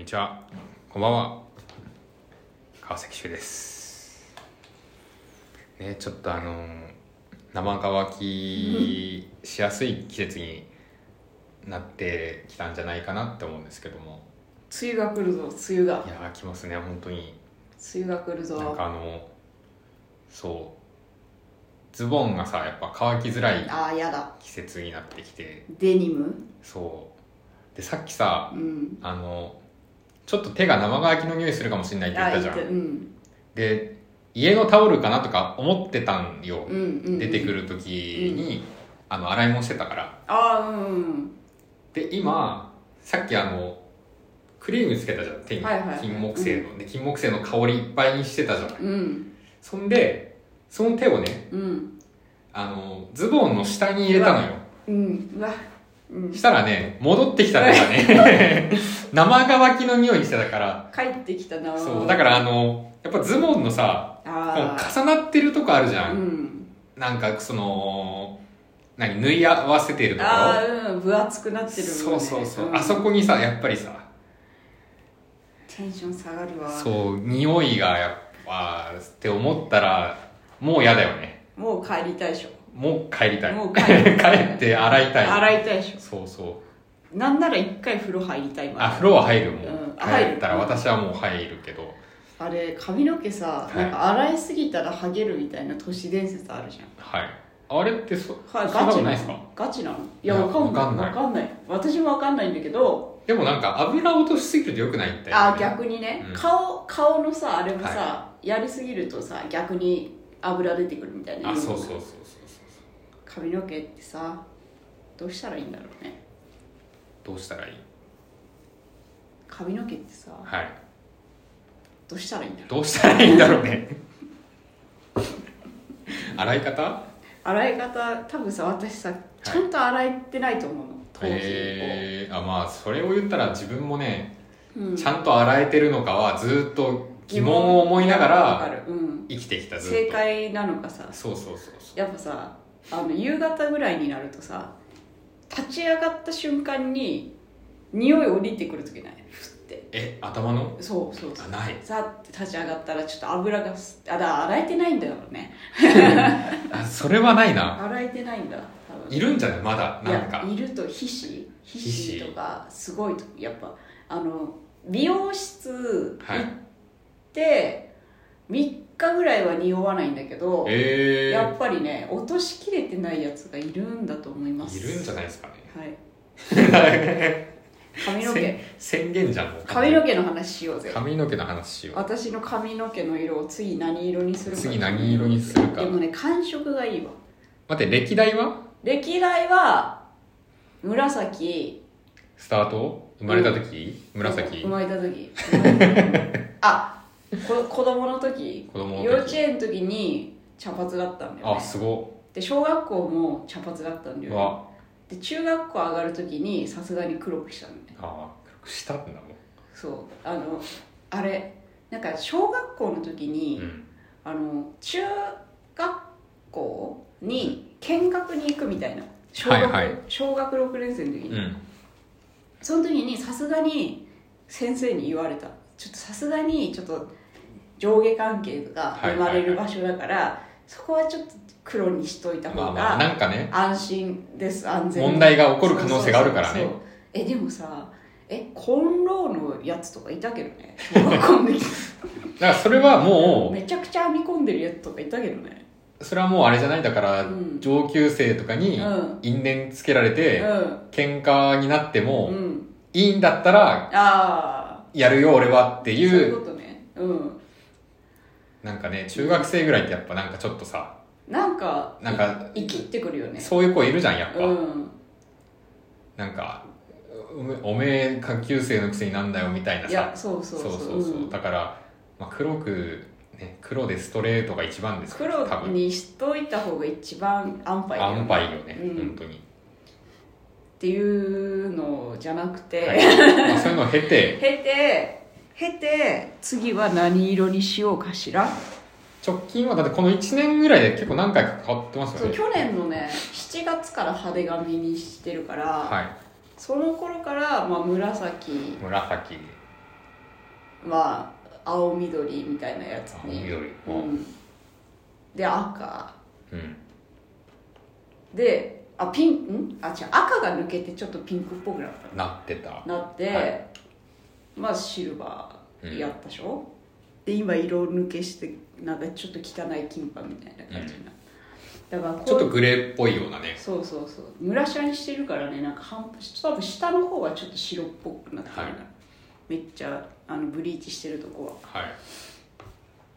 にちは、こんばんは。川崎修ですね。ちょっと生乾きしやすい季節になってきたんじゃないかなって思うんですけども、 梅雨が来るぞ。梅雨がいや来ますね、本当に。 梅雨が来るぞ。 なんかそうズボンがさ、やっぱ乾きづらいやだ季節になってきて、 デニム。 そうで、さっきさ、 うんちょっと手が生乾きの匂いするかもしれないって言ったじゃん。 うんで、家のタオルかなとか思ってたんよ、出てくる時に、洗い物してたから。で、今さっきクリームつけたじゃん、手に、金木犀の、で金木犀の香りいっぱいにしてたじゃない、そんでその手をね、ズボンの下に入れたのよ。したらね、戻ってきたのがね生乾きの匂いしてたから、 帰ってきたな。 そうだからやっぱズボンのさ、重なってるとこあるじゃん、なんか縫い合わせてるところ、 分厚くなってるもんね。 そう、あそこにさ、やっぱりさ、 テンション下がるわ。 そう匂いがやっぱって思ったらもう嫌だよね。 もう帰りたいでしょ。 もう帰りたい。 もう帰って洗いたい。 洗いたいでしょ。 そうなんなら一回風呂入りたい。 風呂は入るもん、帰ったら私はもう入るけど、 あれ髪の毛さ、なんか洗いすぎたらハゲるみたいな都市伝説あるじゃん。 あれってガチないですか？ ガチなの？いや、わかんない。私もわかんないんだけど、 でもなんか油落としすぎると良くないみたいな、 逆にね、顔のさ、あれもさ、やりすぎるとさ、逆に油出てくるみたいな。 そう髪の毛ってさ、どうしたらいいんだろうね。 どうしたらいい？ 髪の毛ってさ、どうしたらいいんだろう。 どうしたらいいんだろうね洗い方多分さ、私さ、ちゃんと洗えてないと思うの、頭皮を。 まあそれを言ったら自分もね、ちゃんと洗えてるのかはずっと疑問を思いながら生きてきた。ずっと正解なのかさ。 そうやっぱさ、夕方ぐらいになるとさ、立ち上がった瞬間に匂い降りてくる時ない？ふって頭の？ そうない。 さって立ち上がったらちょっと油が洗えてないんだろうねそれはないな。 洗えてないんだ多分。 いるんじゃない？まだなんかいると皮脂とかすごいと、やっぱ美容室行って3日ぐらいは匂わないんだけど、やっぱりね、落としきれてないやつがいるんだと思います。 いるんじゃないですかね。 髪の毛宣言じゃん。もう髪の毛の話しようぜ。 髪の毛の話しよう。 私の髪の毛の色を次何色にするか。でもね、感触がいいわ。 待って、歴代は紫。 スタート？生まれた時？紫？ 生まれた時子供の時、幼稚園の時に茶髪だったんだよね。 すごで、小学校も茶髪だったんだよね。で、中学校上がる時にさすがに黒くしたんだよね。 黒くしたんだもん。 そうあれなんか小学校の時に、中学校に見学に行くみたいな、小学6年生の時に、その時にさすがに先生に言われた。ちょっとさすがにちょっと上下関係が生まれる場所だから、そこはちょっと黒にしといた方がなんかね、 安心です、安全。 問題が起こる可能性があるからね。 でもさ、コンローのやつとかいたけどね、小学校の時だからそれはもうめちゃくちゃ編み込んでるやつとかいたけどね。 それはもうあれじゃない。だから、上級生とかに因縁つけられて、喧嘩になっても、いいんだったらやるよ俺はっていう。 そういうことね。 なんかね、中学生ぐらいってやっぱなんかちょっとさ、 なんか生きってくるよね。 そういう子いるじゃん、やっぱ。なんかおめえ下級生のくせになんだよみたいなさ。 そうだから、黒でストレートが一番ですよ。 黒にしといた方が一番安牌だよね。 安牌よね、本当に。 っていうのじゃなくて、 そういうのを経て次は何色にしようかしら。 直近はだってこの1年ぐらいで結構何回か変わってますよね。 去年のね7月から派手髪にしてるから、その頃から、紫まあ青緑みたいなやつに、 青緑、 で赤、 うん、 でピン違う、赤が抜けてちょっとピンクっぽくなったなってたなって、はい、まあシルバーやったでしょ、で今色抜けしてなんかちょっと汚い金パみたいな感じになる、だからちょっとグレーっぽいようなね。 そうムラシャにしてるからね、なんか多分下の方がちょっと白っぽくなってる、はい、めっちゃブリーチしてるとこは。はい。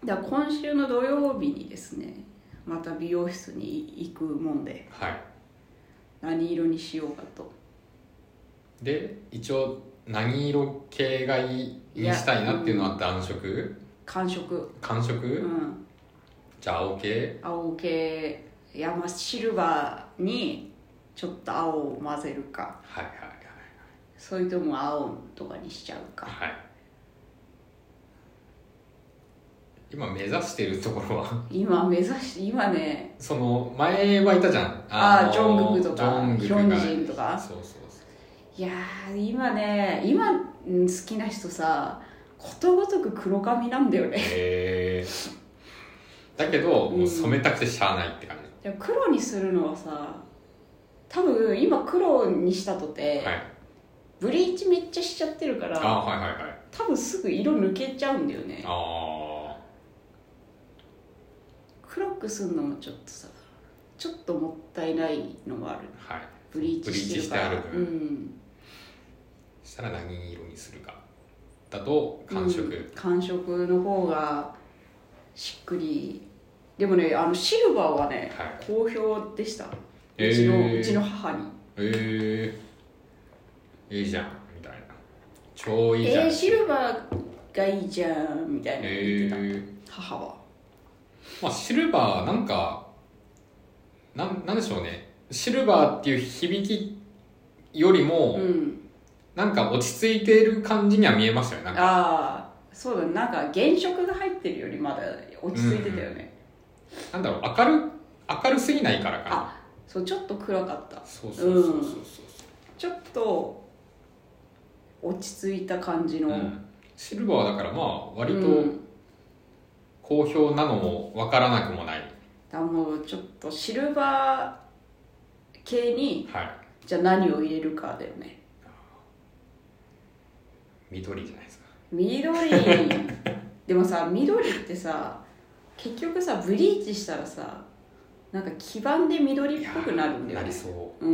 だから今週の土曜日にですね、また美容室に行くもんで、はい、何色にしようかと。で一応何色系がいいにしたいなっていうのは暖色？ 寒色。 寒色？うん。じゃあ青系？ 青系。いや、まあシルバーにちょっと青を混ぜるか、はいはいはいはい、それとも青とかにしちゃうか、はい、 今目指してるところは今ね、 その前はいたじゃん、 ジョングクとかヒョンジンとか、そういや今好きな人さことごとく黒髪なんだよねだけど、もう染めたくてしゃあないって感じ。 黒にするのはさ、多分今黒にしたとて、はい、ブリーチめっちゃしちゃってるから、はいはいはい、多分すぐ色抜けちゃうんだよね。黒くするのもちょっとさ、ちょっともったいないのもある、はい、ブリーチしてるから。 そしたら何色にするかだと寒色、 寒色の方がしっくり。でもね、シルバーはね、はい、好評でした、うちの母に。 いいじゃんみたいな、超いいじゃん、 シルバーがいいじゃんみたいな言ってた、母は。 まあシルバーなんかなんでしょうね、シルバーっていう響きよりも、なんか落ち着いている感じには見えますよね。なんかそうだ、なんか原色が入ってるよりまだ落ち着いてたよね、 なんだろう、明るすぎないからかな。 そう、ちょっと暗かった。 そうちょっと落ち着いた感じの、 シルバーはだからまあ割と好評なのも分からなくもない、 だもうちょっとシルバー系に、はい、じゃあ何を入れるかだよね。 緑じゃないですか。 緑でもさ、緑ってさ結局さブリーチしたらさ、なんか黄ばんで緑っぽくなるんだよね。 なりそう。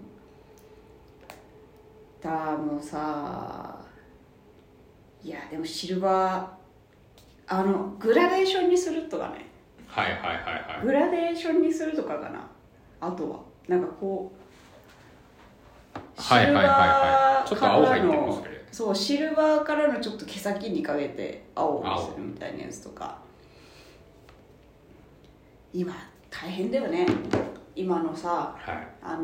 もうさ、いやでもシルバーグラデーションにするとかね。 はいはいはいはい。 グラデーションにするとかかな。あとはなんかこうシルバーからの、そうシルバーからのちょっと毛先にかけて青にするみたいなやつとか。今大変だよね、今のさ、はい、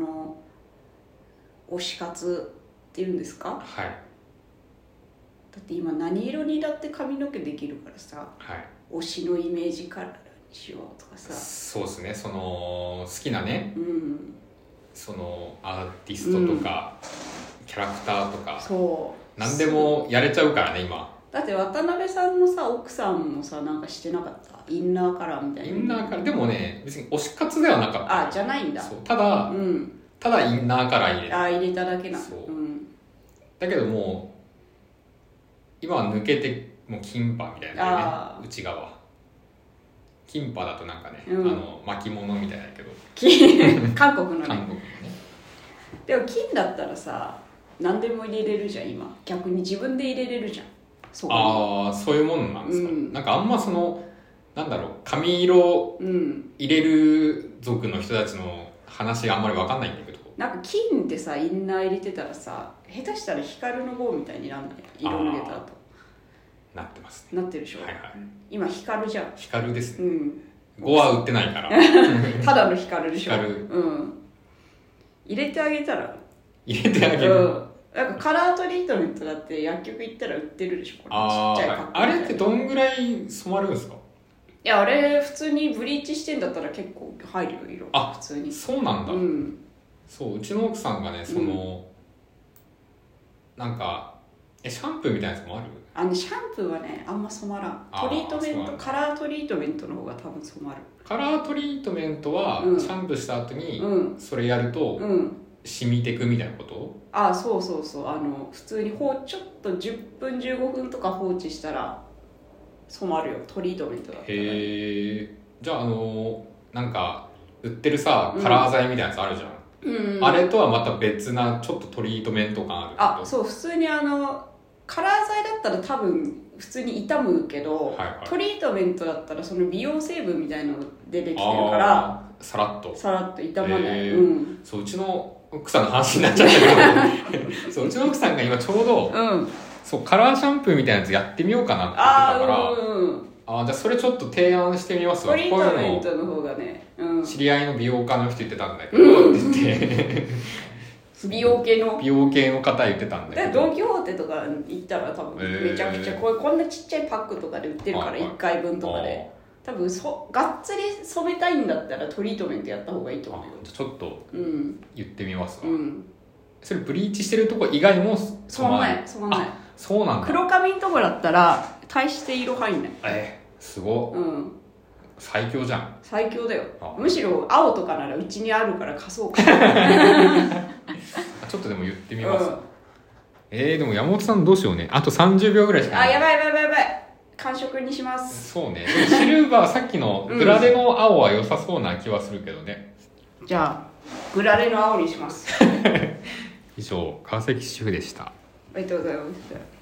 推し活っていうんですか、はい、だって今何色にだって髪の毛できるからさ、はい、推しのイメージカラーにしようとかさ。 そうですね、その好きなね、そのアーティストとか、キャラクターとか、そう何でもやれちゃうからね今。 だって渡辺さんのさ奥さんもさ、なんかしてなかった？インナーカラーみたいな。 インナーカラーでもね、別に推し活ではなかった。 じゃないんだ。 そう、ただインナーカラー入れた。 入れただけなの。 そう、だけどもう今は抜けてもうキンパみたいなね、内側キンパだとなんかね、巻物みたいだけど韓国のね。 韓国のね。 でも金だったらさ、何でも入れれるじゃん今。逆に自分で入れれるじゃん。 そういうもんなんですか、なんかあんまそのなんだろう、髪色入れる族の人たちの話があんまり分かんないんだけど、 なんか金ってさインナー入れてたらさ、下手したら光の棒みたいになんない？色抜けた後なってますね。 なってるでしょ、 はいはい、 今光じゃん。 光ですね、5は売ってないからただの光でしょ。 光、 入れてあげたら、 入れてあげる、 なんかカラートリートメントだって薬局行ったら売ってるでしょ、これちっちゃいパック。 あれってどんぐらい染まるんですか？ いや、あれ普通にブリーチしてんだったら結構入るよ、色。普通に。 そうなんだ。そう、うちの奥さんがね、その、なんかシャンプーみたいなやつもある？ シャンプーはねあんま染まらん。トリートメント、カラートリートメントの方が多分染まる。 カラートリートメントは、シャンプーした後にそれやると、染みてくみたいなこと？ そうそうそう、普通にちょっと10分15分とか放置したら染まるよ、トリートメントだったら。へえ。じゃあなんか売ってるさカラー剤みたいなやつあるじゃん、あれとはまた別なちょっとトリートメント感ある？ そう、普通にカラー剤だったら多分普通に傷むけど、トリートメントだったらその美容成分みたいなのでできてるからさらっと傷まない、 そう、うちの奥さんの話になっちゃったけどそう、うちの奥さんが今ちょうど、そうカラーシャンプーみたいなやつやってみようかなって言ってたから、じゃあそれちょっと提案してみますわ。 トリートメントの方がね、 知り合いの美容家の人言ってたんだけど、って言って美容系の方言ってたんだけど、 ドン・キホーテとか行ったら多分めちゃくちゃこんなちっちゃいパックとかで売ってるから、1回分とかで多分がっつり染めたいんだったらトリートメントやった方がいいと思うよ。 ちょっと言ってみますわ、それブリーチしてるとこ以外も染まない。 そうなんだ。 黒髪のとこだったら大して色入んない。 すごっ、最強じゃん。 最強だよ。むしろ青とかならうちにあるから貸そうかちょっとでも言ってみます、でも山本さんどうしようね、あと30秒ぐらいしかない。 やばい完食にします。 そうね。シルバーさっきのグラデの青は良さそうな気はするけどね、 じゃあグラデの青にします以上川崎主婦でした。 ありがとうございました。